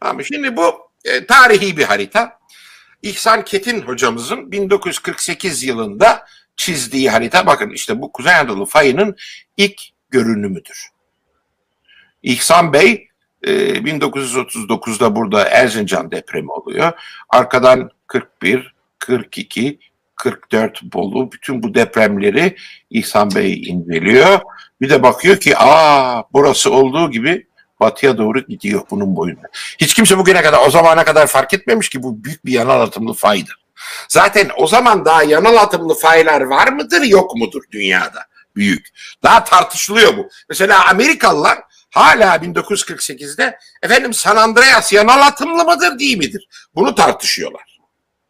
Ama şimdi bu tarihi bir harita. İhsan Ketin hocamızın 1948 yılında çizdiği harita, bakın işte bu Kuzey Anadolu fayının ilk görünümüdür. İhsan Bey 1939'da burada Erzincan depremi oluyor. Arkadan 41, 42, 44 Bolu, bütün bu depremleri İhsan Bey inceliyor. Bir de bakıyor ki burası olduğu gibi batıya doğru gidiyor bunun boyunda. Hiç kimse bugüne kadar, o zamana kadar fark etmemiş ki bu büyük bir yanal atımlı faydır. Zaten o zaman daha yanal atımlı faylar var mıdır yok mudur dünyada? Büyük. Daha tartışılıyor bu. Mesela Amerikalılar hala 1948'de efendim San Andreas yanal atımlı mıdır değil midir? Bunu tartışıyorlar.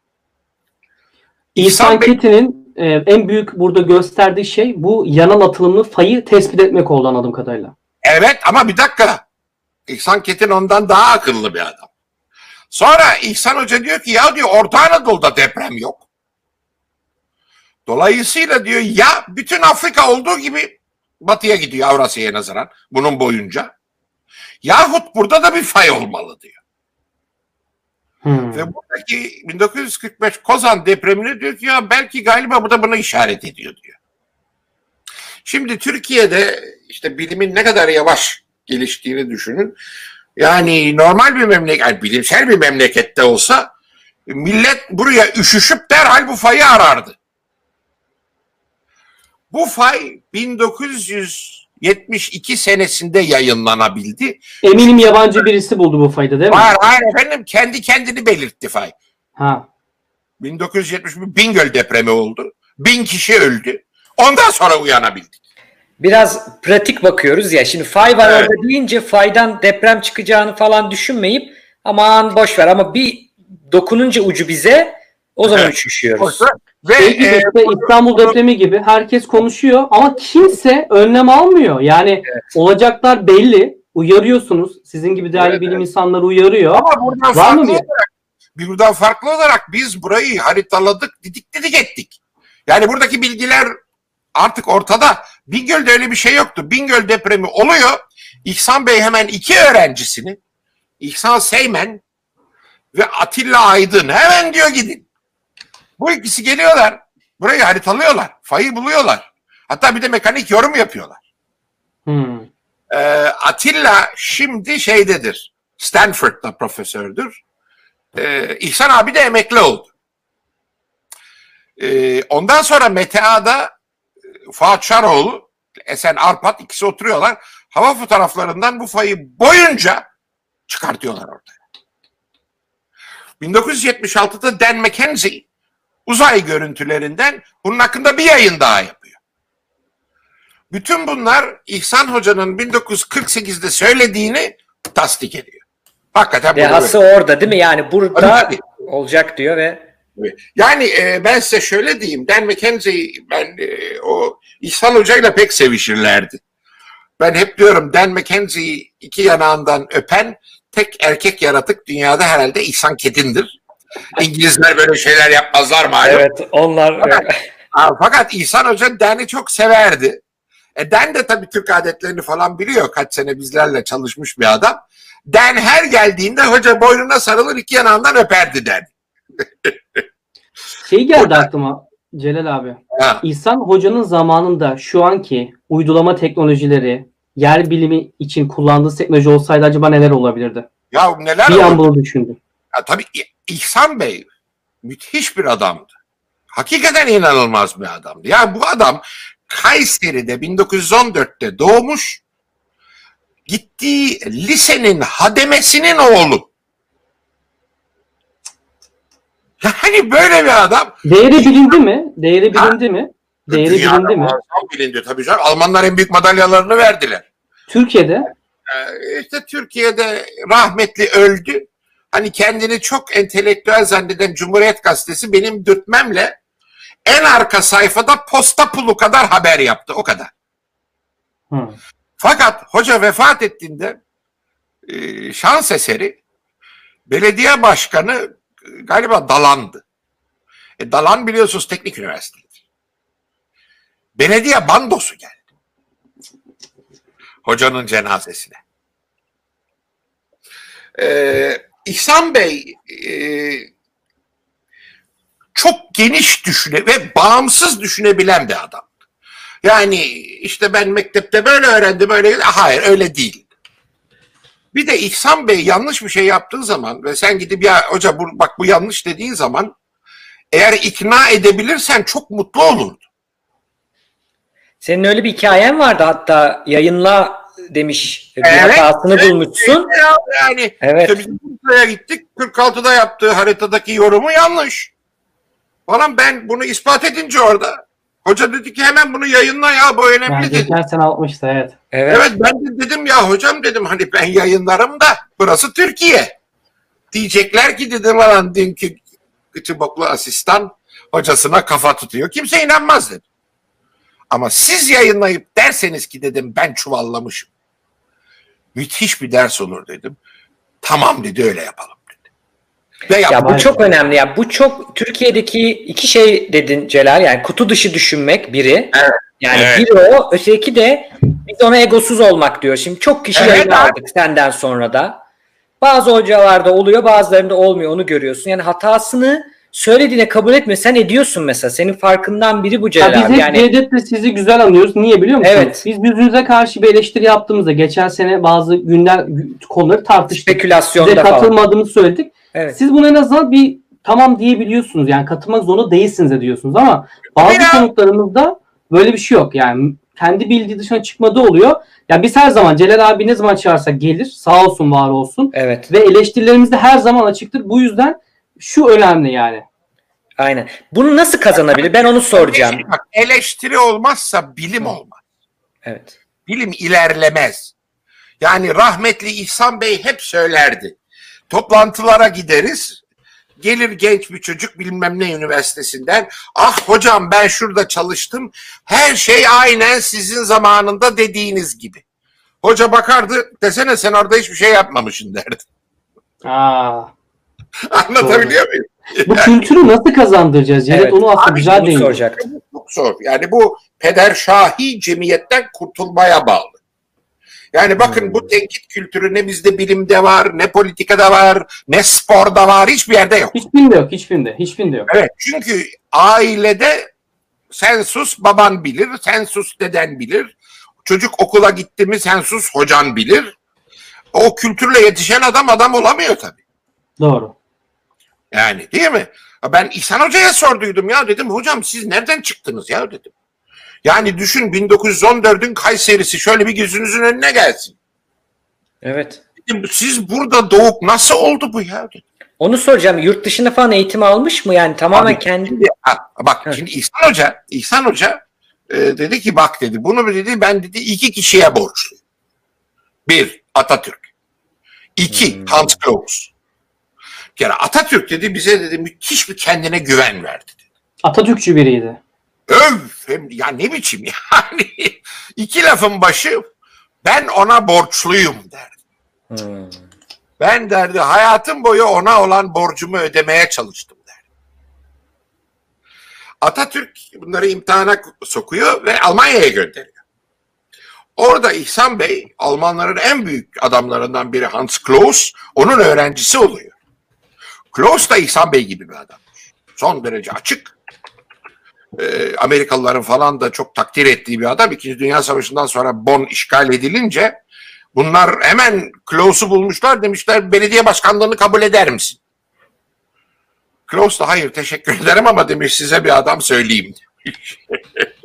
İhsan Ketin'in en büyük burada gösterdiği şey bu yanal atılımlı fayı tespit etmek oldu anladığım kadarıyla. Evet ama bir dakika. İhsan Ketin ondan daha akıllı bir adam. Sonra İhsan Hoca diyor ki ya diyor Orta Anadolu'da deprem yok. Dolayısıyla diyor ya bütün Afrika olduğu gibi batıya gidiyor Avrasya'ya nazaran bunun boyunca. Yahut burada da bir fay olmalı diyor. Ve buradaki 1945 Kozan depremini diyor ki ya belki galiba bu da buna işaret ediyor diyor. Şimdi Türkiye'de işte bilimin ne kadar yavaş geliştiğini düşünün. Yani normal bir memleket, yani bilimsel bir memlekette olsa millet buraya üşüşüp derhal bu fayı arardı. Bu fay 1972 senesinde yayınlanabildi. Eminim yabancı birisi buldu bu fayda değil mi? Hayır efendim, kendi kendini belirtti fay. 1971 Bingöl depremi oldu. 1000 kişi öldü. Ondan sonra uyanabildik. Biraz pratik bakıyoruz ya. Şimdi fay var orada deyince faydan deprem çıkacağını falan düşünmeyip aman boş ver, ama bir dokununca ucu bize o zaman üşüşüyoruz. Ve İstanbul depremi gibi herkes konuşuyor ama kimse önlem almıyor. Yani olacaklar belli. Uyarıyorsunuz. Sizin gibi değerli bilim insanları uyarıyor. Ama buradan farklı olarak biz burayı haritaladık, didik ettik. Yani buradaki bilgiler artık ortada. Bingöl'de öyle bir şey yoktu. Bingöl depremi oluyor. İhsan Bey hemen 2 öğrencisini, İhsan Seymen ve Atilla Aydın, hemen diyor gidin. Bu ikisi geliyorlar. Burayı haritalıyorlar. Fayı buluyorlar. Hatta bir de mekanik yorum yapıyorlar. Atilla şimdi şeydedir. Stanford'da profesördür. İhsan abi de emekli oldu. Ondan sonra Metea'da Fuat Şaroğlu, Esen Arpat, ikisi oturuyorlar. Hava fotoğraflarından bu fayı boyunca çıkartıyorlar ortaya. 1976'da Dan McKenzie uzay görüntülerinden bunun hakkında bir yayın daha yapıyor. Bütün bunlar İhsan Hoca'nın 1948'de söylediğini tasdik ediyor. Hakikaten dehası orada değil mi? Yani burada olacak diyor ve yani ben size şöyle diyeyim. Dan McKenzie, o İhsan Hoca'yla pek sevişirlerdi. Ben hep diyorum Dan McKenzie iki yanağından öpen tek erkek yaratık dünyada herhalde İhsan Ketin'dir. İngilizler böyle şeyler yapmazlar malum. Evet, onlar. Fakat İhsan Hoca Dan'ı çok severdi. Dan de tabii Türk adetlerini falan biliyor. Kaç sene bizlerle çalışmış bir adam. Dan her geldiğinde hoca boynuna sarılır, iki yanağından öperdi Dan. Şey geldi aklıma Celal abi. İhsan Hoca'nın zamanında şu anki uydulama teknolojileri, yer bilimi için kullandığı teknoloji olsaydı acaba neler olabilirdi? Ya neler bir an bunu düşündüm. Ya, tabii İhsan Bey müthiş bir adamdı. Hakikaten inanılmaz bir adamdı. Yani bu adam Kayseri'de 1914'te doğmuş, gittiği lisenin hademesinin oğlu. Yani böyle bir adam. Değeri bilindi mi? Değeri bilindi mi? Değeri bilindi mi? Bilindi tabii canım. Almanlar en büyük madalyalarını verdiler. Türkiye'de? İşte Türkiye'de rahmetli öldü. Hani kendini çok entelektüel zanneden Cumhuriyet Gazetesi benim dürtmemle en arka sayfada posta pulu kadar haber yaptı. O kadar. Fakat hoca vefat ettiğinde şans eseri belediye başkanı galiba Dalan'dı. Dalan biliyorsunuz teknik üniversitedir. Belediye bandosu geldi. Hocanın cenazesine. İhsan Bey çok geniş ve bağımsız düşünebilen bir adam. Yani işte ben mektepte böyle öğrendim, öyle. Hayır, öyle değil. Bir de İhsan Bey yanlış bir şey yaptığı zaman ve sen gidip ya hoca bak bu yanlış dediğin zaman eğer ikna edebilirsen çok mutlu olurdu. Senin öyle bir hikayen vardı, hatta yayınla demiş, bir Evet, hatasını bulmuşsun. Yani Evet. işte biz Bursa'ya gittik, 46'da yaptığı haritadaki yorumu yanlış. Falan ben bunu ispat edince orada hoca dedi ki hemen bunu yayınla ya, bu önemli Yani dedi. geçen sene atmıştı, evet. Evet, ben de dedim ya hocam dedim, hani ben yayınlarım da burası Türkiye. Diyecekler ki dedim lan dünkü kütüboklu asistan hocasına kafa tutuyor. Kimse inanmaz dedim. Ama siz yayınlayıp derseniz ki dedim ben çuvallamışım. Müthiş bir ders olur dedim. Tamam dedi, öyle yapalım dedi. Ve Ya yapalım. bu çok önemli. Ya bu çok Türkiye'deki iki şey dedin Celal. Yani kutu dışı düşünmek biri. Evet. Yani Evet. biri o, öteki de biz ona egosuz olmak diyor. Şimdi çok kişi Evet, yayın abi. aldık senden sonra da. Bazı hocalarda oluyor, bazılarında olmuyor, onu görüyorsun. Yani hatasını söylediğine kabul etme. Sen ediyorsun mesela. Senin farkından biri bu Ya Celal biz abi. hep Yani Cevdet'le sizi güzel anıyoruz. Niye biliyor musunuz? Evet. Biz yüzünüze karşı bir eleştiri yaptığımızda geçen sene bazı konuları tartıştık. spekülasyonda Size falan. katılmadığımızı söyledik. Evet. Siz bunu en azından bir tamam diyebiliyorsunuz. Yani katılmak zorunda değilsiniz de diyorsunuz ama bazı Ya. konuklarımızda böyle bir şey yok. Yani kendi bildiği dışına çıkmadığı oluyor. Ya biz her zaman Celal abi ne zaman çağırsak gelir. Sağ olsun, var olsun. Evet. Ve eleştirilerimiz de her zaman açıktır. Bu yüzden şu önemli yani. Aynen. Bunu nasıl kazanabilir? Ben onu soracağım. Bak, eleştiri olmazsa bilim olmaz. Evet. Bilim ilerlemez. Yani rahmetli İhsan Bey hep söylerdi. Toplantılara gideriz. Gelir genç bir çocuk bilmem ne üniversitesinden. Ah hocam ben şurada çalıştım. Her şey aynen sizin zamanında dediğiniz gibi. Hoca bakardı, desene sen orada hiçbir şey yapmamışsın derdi. Aa. Anlatabiliyor muyum? Bu kültürü nasıl kazandıracağız? Cevdet Evet. onu aslında Abi, güzel Bunu değindi. soracaktım. Çok zor. Yani bu pederşahi cemiyetten kurtulmaya bağlı. Yani bakın bu tenkit kültürü ne bizde bilimde var, ne politikada var, ne sporda var, hiçbir yerde yok. Hiçbirinde yok. Hiçbirinde yok. Evet, çünkü ailede sen sus baban bilir, sen sus deden bilir. Çocuk okula gitti mi sen sus hocan bilir. O kültürle yetişen adam olamıyor tabii. Doğru. Yani değil mi? Ben İhsan Hoca'ya sorduydum ya, dedim hocam siz nereden çıktınız ya dedim. Yani düşün 1914'ün Kayseri'si şöyle bir gözünüzün önüne gelsin. Evet. Dedim, siz burada doğup nasıl oldu bu ya dedim. Onu soracağım. Yurt dışında falan eğitim almış mı? Yani tamamen Abi, kendi... Bak Hı. şimdi İhsan Hoca dedi ki bak dedi bunu dedi ben dedi iki kişiye borçluyum. Bir Atatürk. İki Hans Claus. Bir kere Atatürk dedi bize dedi müthiş bir kendine güven verdi dedi. Atatürkçü biriydi. Öf ya ne biçim yani iki lafın başı ben ona borçluyum derdi. Ben derdi hayatım boyu ona olan borcumu ödemeye çalıştım derdi. Atatürk bunları imtihana sokuyor ve Almanya'ya gönderiyor. Orada İhsan Bey Almanların en büyük adamlarından biri Hans Claus onun öğrencisi oluyor. Claus da İhsan Bey gibi bir adam. Son derece açık. Amerikalıların falan da çok takdir ettiği bir adam. İkinci Dünya Savaşı'ndan sonra Bonn işgal edilince bunlar hemen Claus'u bulmuşlar, demişler belediye başkanlığını kabul eder misin? Claus da hayır teşekkür ederim ama demiş size bir adam söyleyeyim demiş.